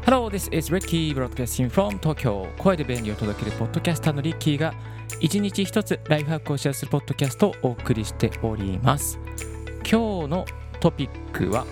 Hello, this is Ricky broadcasting from Tokyo. 声で便利を届けるポッドキャスターのリッキーが一日一つライフハックをシェアするポッドキャストをお送りしております。今日のトピックは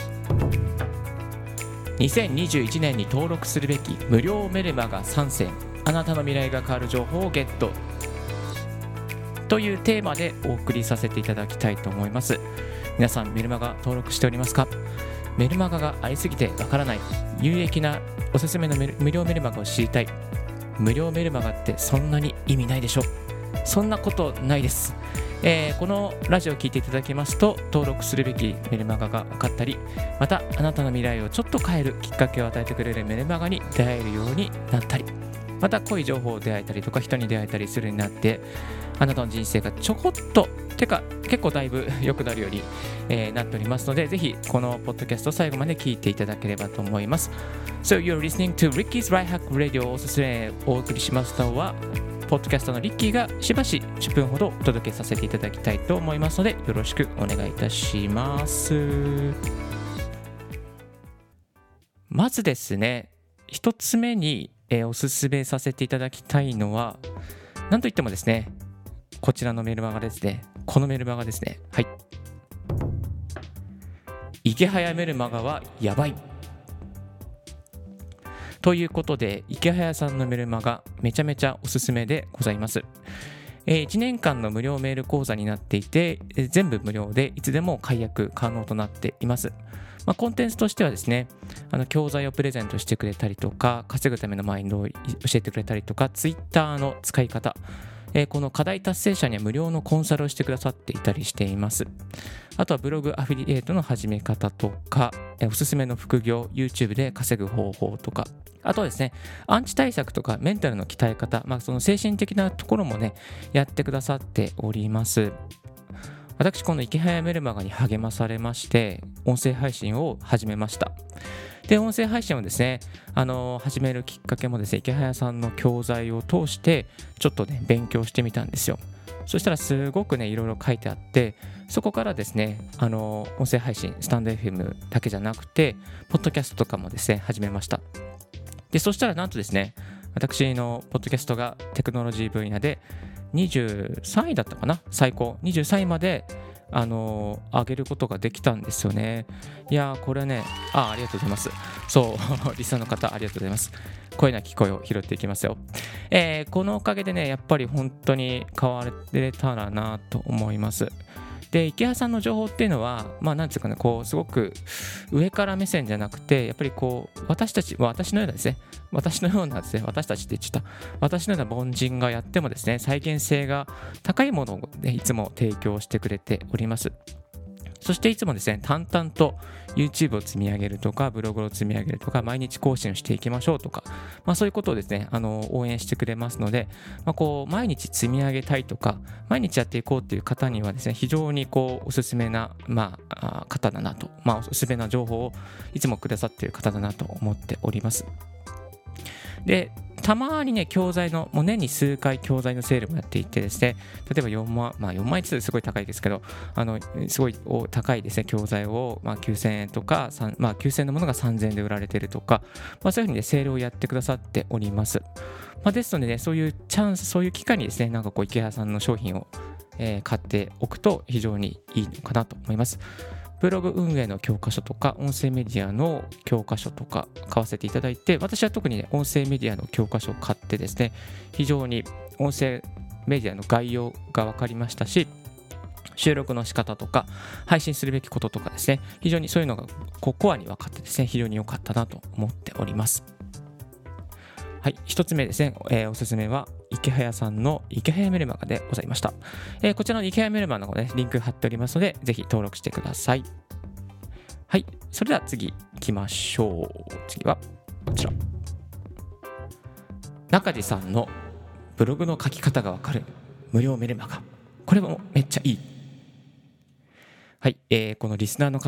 2021年に登録するべき無料メルマガ3選、あなたの未来が変わる情報をゲットというテーマでお送りさせていただきたいと思います。皆さんメルマガ登録しておりますか？メルマガがありすぎてわからない、有益なおすすめの無料メルマガを知りたい。無料メルマガってそんなに意味ないでしょ？そんなことないです。このラジオを聞いていただきますと登録するべきメルマガが分かったり、またあなたの未来をちょっと変えるきっかけを与えてくれるメルマガに出会えるようになったり、また濃い情報を出会えたりとか人に出会えたりするようになって、あなたの人生がちょこっと結構だいぶ良くなるように、なっておりますので、ぜひこのポッドキャストを最後まで聞いていただければと思います。So you're listening to Ricky's Right Hack Radio。 おすすめお送りしますのはポッドキャストのリッキーがしばし10分ほどお届けさせていただきたいと思いますので、よろしくお願いいたします。まずですね、一つ目に、おすすめさせていただきたいのは何といってもですね、こちらのメルマガですね。このメルマガですね。はい。池早メルマガはやばいということで、池早さんのメルマガめちゃめちゃおすすめでございます。1年間の無料メール講座になっていて、全部無料でいつでも解約可能となっています。コンテンツとしてはですね、教材をプレゼントしてくれたりとか、稼ぐためのマインドを教えてくれたりとか、ツイッターの使い方、この課題達成者には無料のコンサルをしてくださっていたりしています。あとはブログアフィリエイトの始め方とか、おすすめの副業、YouTube で稼ぐ方法とか、あとはですね、アンチ対策とかメンタルの鍛え方、その精神的なところもね、やってくださっております。私、この池早メルマガに励まされまして、音声配信を始めました。で、音声配信をですね、始めるきっかけもですね、池早さんの教材を通して、ちょっとね、勉強してみたんですよ。そしたらすごくね、いろいろ書いてあって、そこからですね、音声配信、スタンド FM だけじゃなくて、ポッドキャストとかもですね、始めました。で、そしたらなんとですね、私のポッドキャストがテクノロジー分野で23位だったかな、最高23位まで上げることができたんですよね。いやー、これね、ありがとうございます。そうリスナーの方ありがとうございます。声なき声を拾っていきますよ。このおかげでね、やっぱり本当に変われたらなと思います。で、池谷さんの情報っていうのは、なんていうかね、こうすごく上から目線じゃなくて、やっぱりこう私たちのようなですね、私たちって言っちゃった、私のような凡人がやってもですね、再現性が高いものを、ね、いつも提供してくれております。そしていつもですね、淡々と YouTube を積み上げるとか、ブログを積み上げるとか、毎日更新をしていきましょうとか、そういうことをですね、応援してくれますので、こう毎日積み上げたいとか、毎日やっていこうという方にはですね、非常にこうおすすめな、方だなと、おすすめな情報をいつもくださっている方だなと思っております。で、たまにね、教材の、もう年に数回教材のセールもやっていてですね、例えば4万円ってすごい高いですけど、すごい高いですね、教材を、9000円とか、9000円のものが3000円で売られているとか、そういうふうにね、セールをやってくださっております。ですのでね、そういうチャンス、そういう機会にですね、池谷さんの商品を、買っておくと非常にいいのかなと思います。ブログ運営の教科書とか音声メディアの教科書とか買わせていただいて、私は特にね、音声メディアの教科書を買ってですね、非常に音声メディアの概要が分かりましたし、収録の仕方とか配信するべきこととかですね、非常にそういうのがコアに分かってですね、非常に良かったなと思っております。はい、一つ目ですね、おすすめは池早さんの池早メルマガでございました。こちらの池早メルマガのね、リンク貼っておりますので、ぜひ登録してください。はい、それでは次行きましょう。次はこちら。中地さんのブログの書き方がわかる無料メルマガ。これもめっちゃいい。 はい、このリスナーの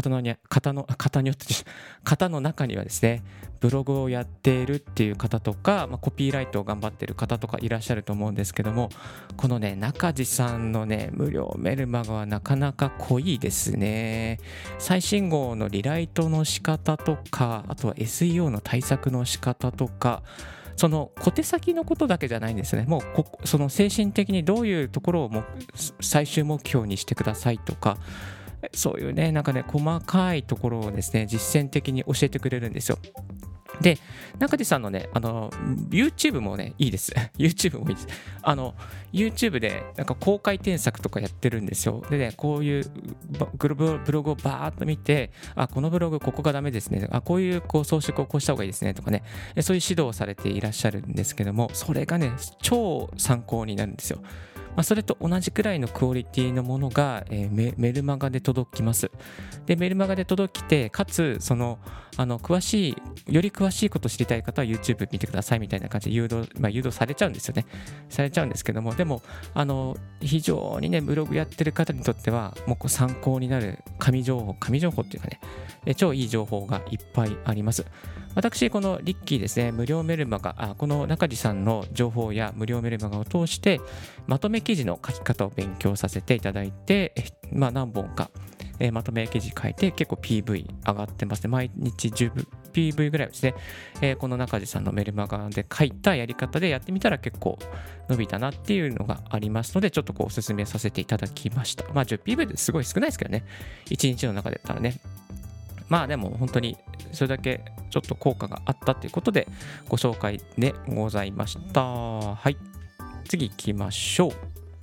方の中にはですね、ブログをやっているっていう方とか、コピーライトを頑張っている方とかいらっしゃると思うんですけども、このね、中地さんのね、無料メルマガはなかなか濃いですね。最新号のリライトの仕方とか、あとは SEO の対策の仕方とか、その小手先のことだけじゃないんですね。もうその精神的にどういうところを最終目標にしてくださいとか、そういうね、なんかね、細かいところをですね、実践的に教えてくれるんですよ。で、中地さんのね、YouTube もね、いいです。YouTube もいいです。YouTube で、なんか公開添削とかやってるんですよ。でね、こういうブログをバーっと見て、このブログここがダメですね。こういう装飾をこうした方がいいですね。とかね、そういう指導をされていらっしゃるんですけども、それがね、超参考になるんですよ。それと同じくらいのクオリティのものが、メルマガで届きます。で、メルマガで届きて、かつ、より詳しいことを知りたい方は YouTube 見てくださいみたいな感じで誘導されちゃうんですよね。されちゃうんですけども、でも、非常にね、ブログやってる方にとっては、もう参考になる神情報っていうかね、超いい情報がいっぱいあります。私、このリッキーですね、無料メルマガ、この中地さんの情報や無料メルマガを通して、まとめ記事の書き方を勉強させていただいて、何本か、まとめ記事書いて、結構 PV 上がってますね。毎日10 PV ぐらいですね、この中地さんのメルマガで書いたやり方でやってみたら結構伸びたなっていうのがありますので、ちょっとお勧めさせていただきました。10 PV ですごい少ないですけどね。1日の中で言ったらね。でも本当にそれだけちょっと効果があったということでご紹介でございました。はい。次行きましょう。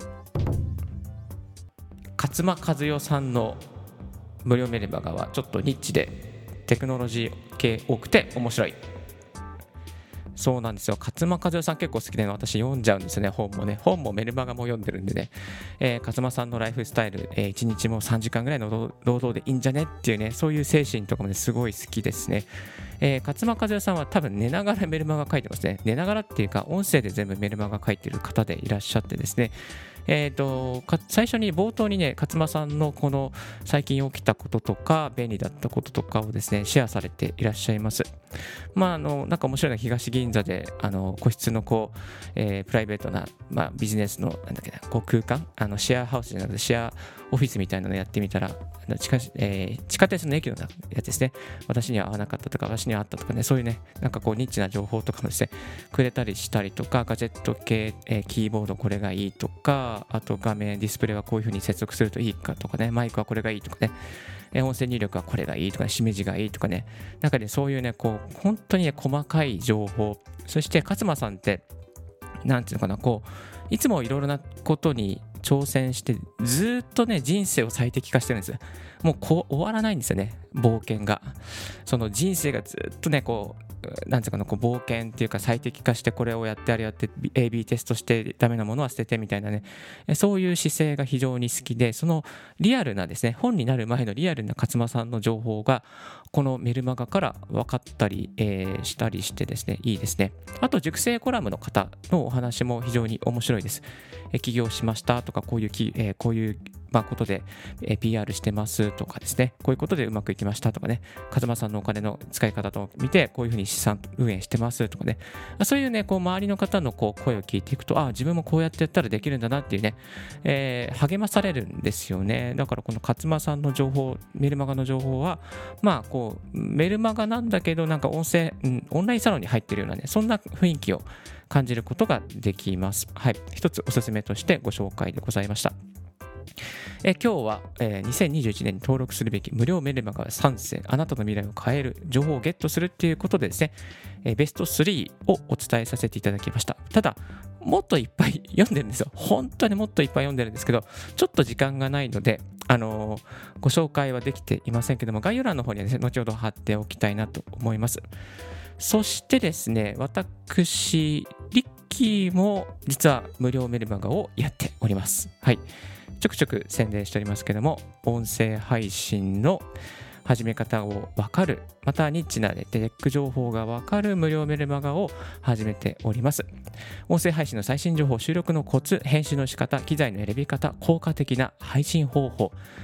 勝間和代さんの無料メルマガはちょっとニッチでテクノロジー系多くて面白い。そうなんですよ。勝間和代さん結構好きで、私読んじゃうんですよね。本もメルマガも読んでるんでね、勝間さんのライフスタイル、1日も3時間ぐらいの労働でいいんじゃねっていうね、そういう精神とかもねすごい好きですね。勝間和代さんは多分寝ながらメルマガ書いてますね。寝ながらっていうか音声で全部メルマガ書いてる方でいらっしゃってですね、最初に冒頭にね、勝間さんのこの最近起きたこととか便利だったこととかをですねシェアされていらっしゃいます。なんか面白いのは東銀座で個室のプライベートな、ビジネスの空間シェアハウスじゃなくてシェアオフィスみたいなのをやってみたら地下鉄の駅のやつですね、私には合わなかったとか私にはあったとかね、そういうねなんかニッチな情報とかもですねくれたりしたりとか、ガジェット系、キーボードこれがいいとか、あと画面ディスプレイはこういう風に接続するといいかとかね、マイクはこれがいいとかね、音声入力はこれがいいとか、しめじがいいとかね、なんかねそういうね本当にね細かい情報、そして勝間さんってなんていうのかな、いつもいろいろなことに挑戦してずっとね人生を最適化してるんですよ。もう終わらないんですよね、冒険が。その人生がずっとねなんていうかな、冒険っていうか最適化して、これをやってあれやって AB テストしてダメなものは捨ててみたいなね、そういう姿勢が非常に好きで、そのリアルなですね、本になる前のリアルな勝間さんの情報がこのメルマガから分かったり、したりしてですね、いいですね。あと熟成コラムの方のお話も非常に面白いです。起業しましたとか、こういうことで PR してますとかですね、こういうことでうまくいきましたとかね、風間さんのお金の使い方と見てこういうふうに資産運営してますとかね、そういうね周りの方の声を聞いていくと、自分もこうやってやったらできるんだなっていうね、励まされるんですよね。だからこの勝間さんの情報、メルマガの情報はメルマガなんだけどなんかオンラインサロンに入ってるようなね、そんな雰囲気を感じることができます。はい、一つおすすめとしてご紹介でございました。今日は、2021年に登録するべき無料メルマガ3選、あなたの未来を変える情報をゲットするっていうことでですね、ベスト3をお伝えさせていただきました。ただもっといっぱい読んでるんですよ。本当にもっといっぱい読んでるんですけど、ちょっと時間がないので、ご紹介はできていませんけども、概要欄の方にはですね、後ほど貼っておきたいなと思います。そしてですね、私リッキーも実は無料メルマガをやっております。はい、ちょくちょく宣伝しておりますけども、音声配信の始め方を分かる、またニッチなテック情報が分かる無料メルマガを始めております。音声配信の最新情報、収録のコツ、編集の仕方、機材の選び方、効果的な配信方法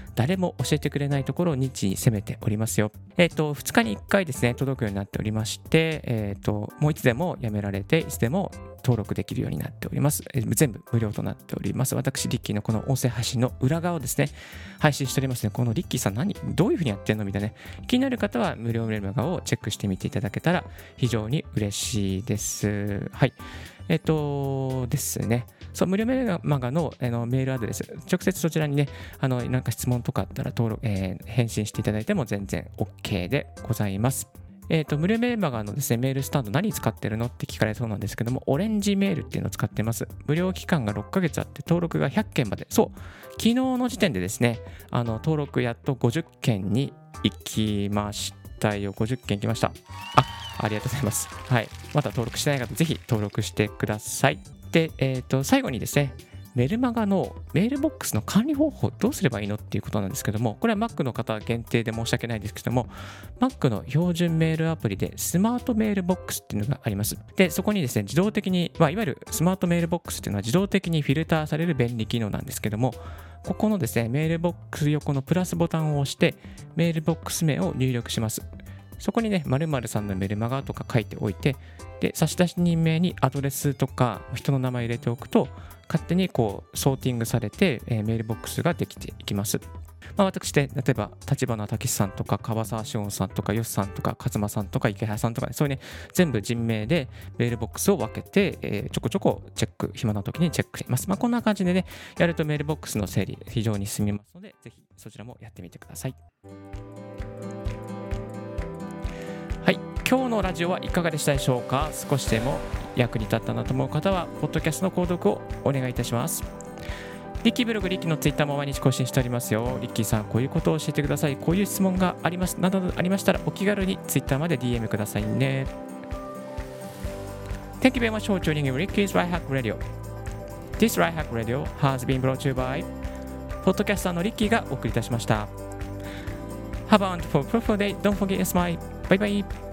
誰も教えてくれないところをニッチに攻めておりますよ。2日に1回ですね、届くようになっておりまして、もういつでもやめられて、いつでも登録できるようになっております。全部無料となっております。私、リッキーのこの音声配信の裏側をですね、配信しておりますね。このリッキーさんどういうふうにやってんのみたいなね、気になる方は無料メルマガをチェックしてみていただけたら非常に嬉しいです。はい。ですね。そう、無料メルマガの、メールアドレス、直接そちらにね、なんか質問とかあったら返信していただいても全然 OK でございます。無料メルマガのですね、メールスタンド何使ってるのって聞かれそうなんですけども、オレンジメールっていうのを使ってます。無料期間が6ヶ月あって、登録が100件まで。そう、昨日の時点でですね、登録やっと50件に行きましたよ。50件行きました。ありがとうございます。はい。まだ登録してない方、ぜひ登録してください。で、最後にですね、メルマガのメールボックスの管理方法どうすればいいのっていうことなんですけども、これは Mac の方限定で申し訳ないですけども、Mac の標準メールアプリでスマートメールボックスっていうのがあります。で、そこにですね、自動的に、いわゆるスマートメールボックスっていうのは自動的にフィルターされる便利機能なんですけども、ここのですね、メールボックス横のプラスボタンを押して、メールボックス名を入力します。そこにね、〇〇さんのメルマガとか書いておいて、で、差出人名にアドレスとか人の名前入れておくと、勝手にこうソーティングされて、メールボックスができていきます。私で、例えば、立花武さんとか、川沢志音さんとか、よしさんとか、勝間さんとか、池原さんとか、そういうね、全部人名でメールボックスを分けて、ちょこちょこチェック、暇な時にチェックします。こんな感じでね、やるとメールボックスの整理、非常に進みますので、ぜひそちらもやってみてください。はい、今日のラジオはいかがでしたでしょうか。少しでも役に立ったなと思う方は、ポッドキャストの購読をお願いいたします。リッキーブログ、リッキーのツイッターも毎日更新しておりますよ。リッキーさん、こういうことを教えてください。こういう質問がありますなどありましたら、お気軽にツイッターまで DM くださいね。Thank you very much for tuning in Ricky's Right Hack Radio。This Right Hack Radio has been brought to you by ポッドキャスターのリッキーがお送りいたしました。Have a wonderful day. Don't forget to smile. Bye bye.